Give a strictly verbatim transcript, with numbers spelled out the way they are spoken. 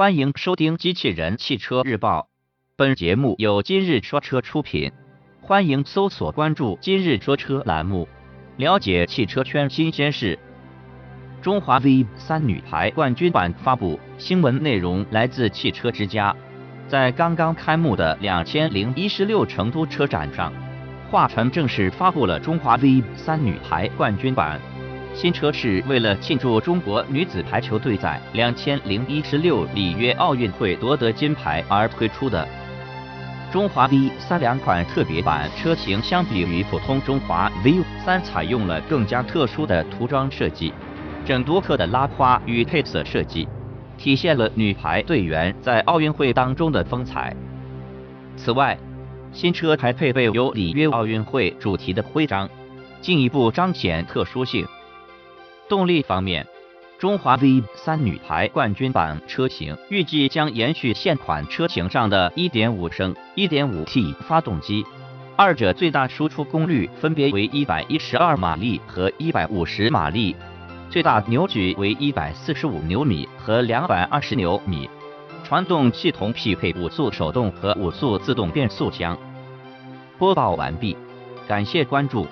欢迎收听机器人汽车日报，本节目由今日说车出品。欢迎搜索关注今日说车栏目，了解汽车圈新鲜事。中华 V 三女排冠军版发布，新闻内容来自汽车之家。在刚刚开幕的两千零一十六成都车展上，华晨正式发布了中华 V 三女排冠军版。新车是为了庆祝中国女子排球队在两千零一十六里约奥运会夺得金牌而推出的。中华 V 三两款特别版车型相比于普通中华 V 三采用了更加特殊的涂装设计，整独特的拉花与配色设计，体现了女排队员在奥运会当中的风采。此外，新车还配备有里约奥运会主题的徽章，进一步彰显特殊性。动力方面，中华 V 三女排冠军版车型预计将延续现款车型上的 一点五升 一点五 T 发动机，二者最大输出功率分别为一百一十二马力和一百五十马力，最大扭矩为一百四十五牛米和两百二十牛米。传动系统匹配五速手动和五速自动变速箱。播报完毕，感谢关注。